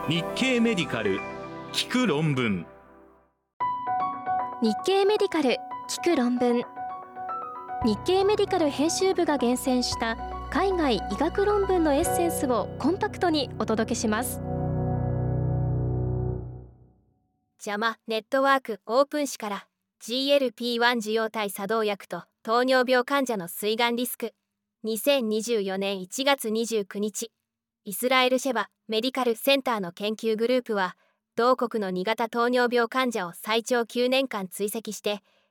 日経メディカル聞く論文。 日経メディカル聞く論文。日経メディカル編集部が厳選した海外医学論文のエッセンスをコンパクトにお届けします。 JAMAネットワークオープン誌から GLP-1 受容体作動薬と糖尿病患者の膵がんリスク。2024年1月29日、イスラエルシェバメディカルセンターの研究グループは同国の2型糖尿病患者を最長9年間追跡して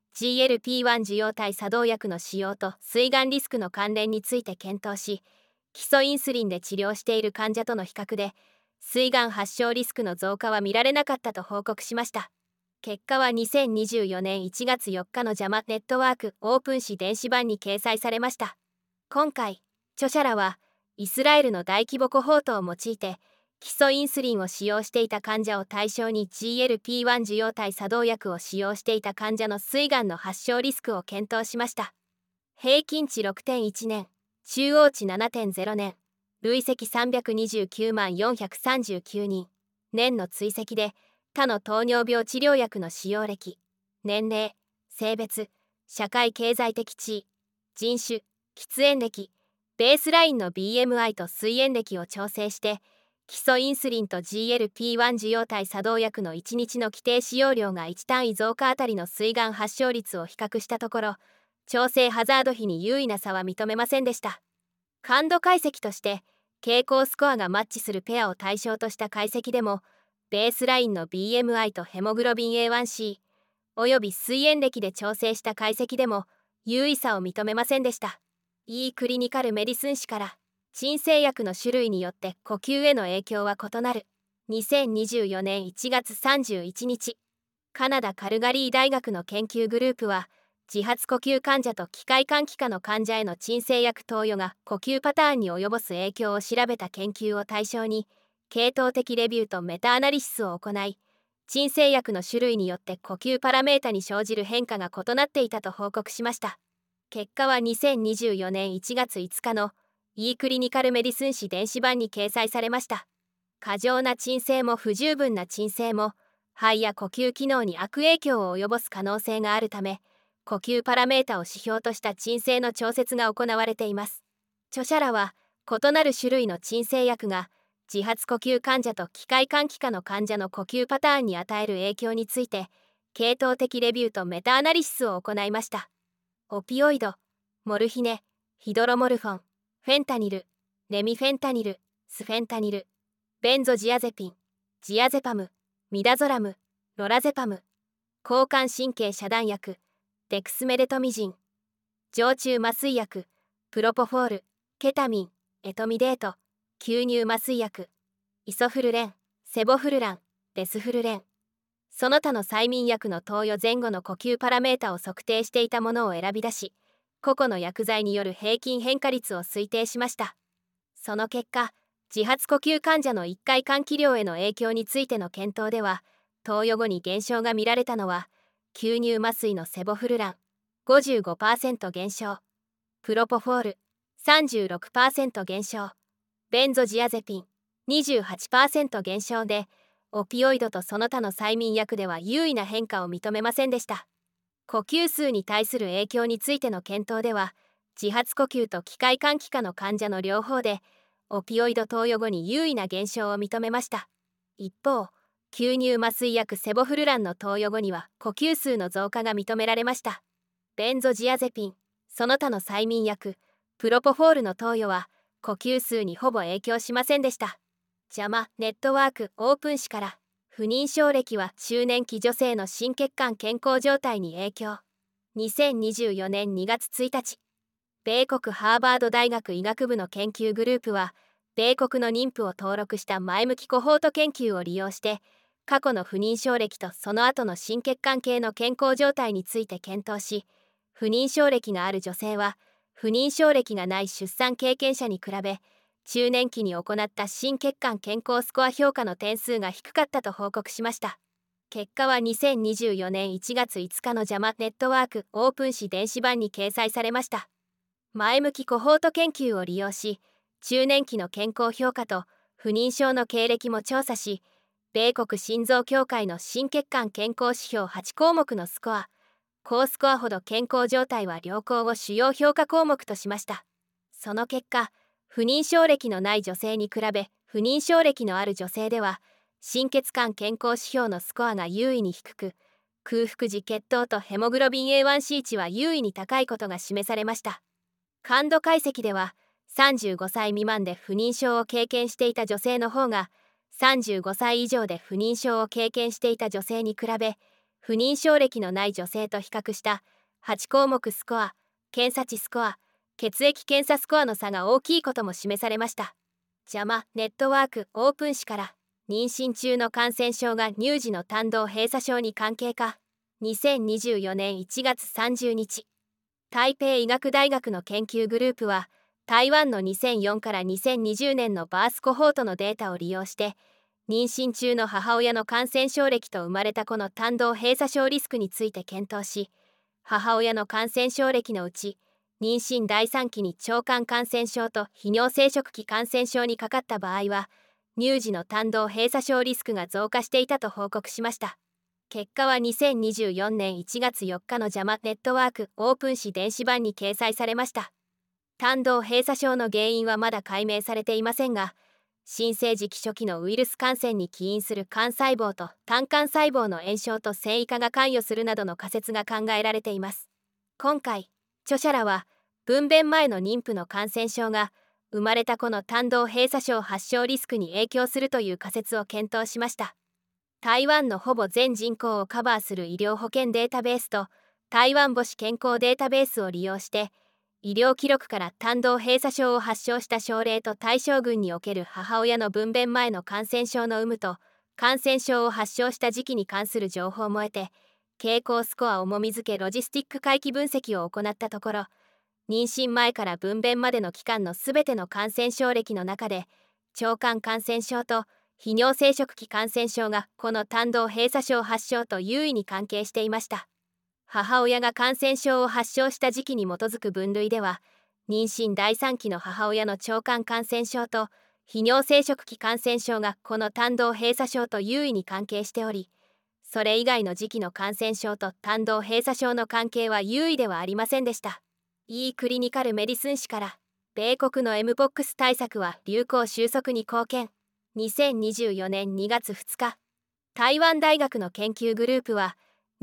GLP-1 受容体作動薬の使用と膵がんリスクの関連について検討し、基礎インスリンで治療している患者との比較で膵がん発症リスクの増加は見られなかったと報告しました。結果は2024年1月4日の JAMA ネットワークオープン誌電子版に掲載されました。今回、著者らはイスラエルの大規模コホートを用いて基礎インスリンを使用していた患者を対象に GLP-1 受容体作動薬を使用していた患者の膵がんの発症リスクを検討しました。平均値 6.1 年、中央値 7.0 年、累積329万439人、年の追跡で他の糖尿病治療薬の使用歴、年齢、性別、社会経済的地位、人種、喫煙歴、ベースラインの BMI と膵炎歴を調整して基礎インスリンと GLP-1 受容体作動薬の1日の規定使用量が1単位増加あたりの膵がん発症率を比較したところ、調整ハザード比に優位な差は認めませんでした。感度解析として傾向スコアがマッチするペアを対象とした解析でもベースラインの BMI とヘモグロビン A1C および膵炎歴で調整した解析でも優位差を認めませんでした。E クリニカルメディスン誌から鎮静薬の種類によって呼吸への影響は異なる。2024年1月31日、カナダカルガリー大学の研究グループは自発呼吸患者と気管換気科の患者への鎮静薬投与が呼吸パターンに及ぼす影響を調べた研究を対象に系統的レビューとメタアナリシスを行い、鎮静薬の種類によって呼吸パラメータに生じる変化が異なっていたと報告しました。結果は2024年1月5日の E クリニカルメディスン誌電子版に掲載されました。過剰な鎮静も不十分な鎮静も肺や呼吸機能に悪影響を及ぼす可能性があるため、呼吸パラメータを指標とした鎮静の調節が行われています。著者らは異なる種類の鎮静薬が自発呼吸患者と気管換気科の患者の呼吸パターンに与える影響について系統的レビューとメタアナリシスを行いました。オピオイド、モルヒネ、ヒドロモルフォン、フェンタニル、レミフェンタニル、スフェンタニル、ベンゾジアゼピン、ジアゼパム、ミダゾラム、ロラゼパム、交感神経遮断薬、デクスメデトミジン、常駐麻酔薬、プロポフォール、ケタミン、エトミデート、吸入麻酔薬、イソフルレン、セボフルラン、デスフルレン、その他の催眠薬の投与前後の呼吸パラメータを測定していたものを選び出し、個々の薬剤による平均変化率を推定しました。その結果、自発呼吸患者の1回換気量への影響についての検討では、投与後に減少が見られたのは、吸入麻酔のセボフルラン 55% 減少、プロポフォール 36% 減少、ベンゾジアゼピン 28% 減少で、オピオイドとその他の催眠薬では優位な変化を認めませんでした。呼吸数に対する影響についての検討では、自発呼吸と気管換気科の患者の両方で、オピオイド投与後に優位な減少を認めました。一方、吸入麻酔薬セボフルランの投与後には呼吸数の増加が認められました。ベンゾジアゼピン、その他の催眠薬、プロポフォールの投与は呼吸数にほぼ影響しませんでした。JAMAネットワークオープン誌から、不妊症歴は中年期女性の心血管健康状態に影響。2024年2月1日、米国ハーバード大学医学部の研究グループは、米国の妊婦を登録した前向きコホート研究を利用して、過去の不妊症歴とその後の心血管系の健康状態について検討し、不妊症歴がある女性は、不妊症歴がない出産経験者に比べ、中年期に行った心血管健康スコア評価の点数が低かったと報告しました。結果は2024年1月5日の JAMA ネットワークオープン誌電子版に掲載されました。前向きコホート研究を利用し、中年期の健康評価と不妊症の経歴も調査し、米国心臓協会の心血管健康指標8項目のスコア、高スコアほど健康状態は良好を主要評価項目としました。その結果、不妊症歴のない女性に比べ不妊症歴のある女性では心血管健康指標のスコアが優位に低く、空腹時血糖とヘモグロビン A1C 値は優位に高いことが示されました。感度解析では35歳未満で不妊症を経験していた女性の方が35歳以上で不妊症を経験していた女性に比べ不妊症歴のない女性と比較した8項目スコア、検査値スコア、血液検査スコアの差が大きいことも示されました。JAMAネットワークオープン誌から妊娠中の感染症が乳児の胆道閉鎖症に関係か。2024年1月30日、台北医学大学の研究グループは台湾の2004から2020年のバースコホートのデータを利用して妊娠中の母親の感染症歴と生まれた子の胆道閉鎖症リスクについて検討し、母親の感染症歴のうち妊娠第3期に腸管感染症と泌尿生殖器感染症にかかった場合は乳児の胆道閉鎖症リスクが増加していたと報告しました。結果は2024年1月4日の JAMA ネットワークオープン誌電子版に掲載されました。胆道閉鎖症の原因はまだ解明されていませんが、新生児期初期のウイルス感染に起因する肝細胞と胆管細胞の炎症と線維化が関与するなどの仮説が考えられています。今回、著者らは分娩前の妊婦の感染症が生まれた子の胆道閉鎖症発症リスクに影響するという仮説を検討しました。台湾のほぼ全人口をカバーする医療保険データベースと台湾母子健康データベースを利用して医療記録から胆道閉鎖症を発症した症例と対象群における母親の分娩前の感染症の有無と感染症を発症した時期に関する情報も得て傾向スコアをもみづけロジスティック回帰分析を行ったところ、妊娠前から分娩までの期間のすべての感染症歴の中で腸管感染症と泌尿生殖器感染症がこの胆道閉鎖症発症と優位に関係していました。母親が感染症を発症した時期に基づく分類では妊娠第3期の母親の腸管感染症と泌尿生殖器感染症がこの胆道閉鎖症と優位に関係しており、それ以外の時期の感染症と胆道閉鎖症の関係は優位ではありませんでした。E クリニカルメディスン誌から米国の MPOX 対策は流行収束に貢献。2024年2月2日、台湾大学の研究グループは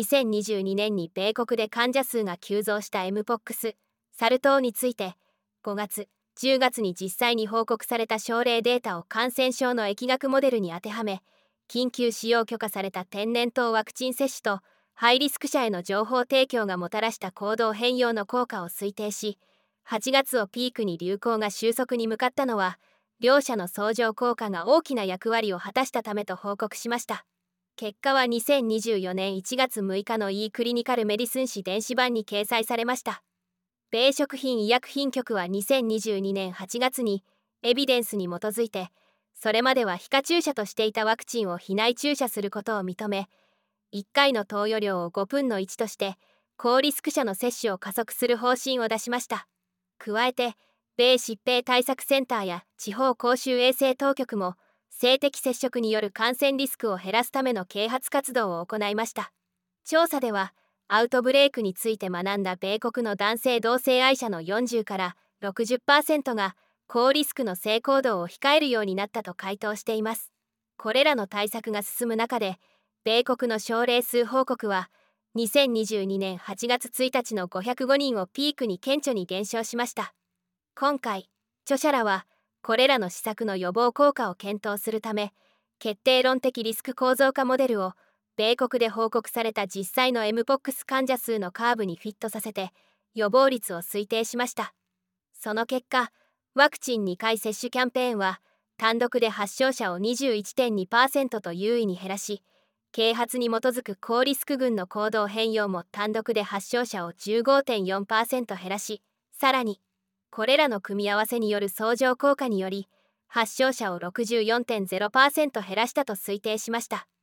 2022年に米国で患者数が急増した MPOX、サル痘について5月、10月に実際に報告された症例データを感染症の疫学モデルに当てはめ、緊急使用許可された天然痘ワクチン接種とハイリスク者への情報提供がもたらした行動変容の効果を推定し、8月をピークに流行が収束に向かったのは両者の相乗効果が大きな役割を果たしたためと報告しました。結果は2024年1月6日の E クリニカルメディスン誌電子版に掲載されました。米食品医薬品局は2022年8月にエビデンスに基づいてそれまでは皮下注射としていたワクチンを皮内注射することを認め、1回の投与量を5分の1として高リスク者の接種を加速する方針を出しました。加えて米疾病対策センターや地方公衆衛生当局も性的接触による感染リスクを減らすための啓発活動を行いました。調査ではアウトブレイクについて学んだ米国の男性同性愛者の40から 60% が高リスクの性行動を控えるようになったと回答しています。これらの対策が進む中で米国の症例数報告は2022年8月1日の505人をピークに顕著に減少しました。今回、著者らはこれらの施策の予防効果を検討するため、決定論的リスク構造化モデルを米国で報告された実際の MPOX 患者数のカーブにフィットさせて予防率を推定しました。その結果、ワクチン2回接種キャンペーンは単独で発症者を 21.2% と優位に減らし、啓発に基づく高リスク群の行動変容も単独で発症者を 15.4% 減らし、さらにこれらの組み合わせによる相乗効果により発症者を 64.0% 減らしたと推定しました。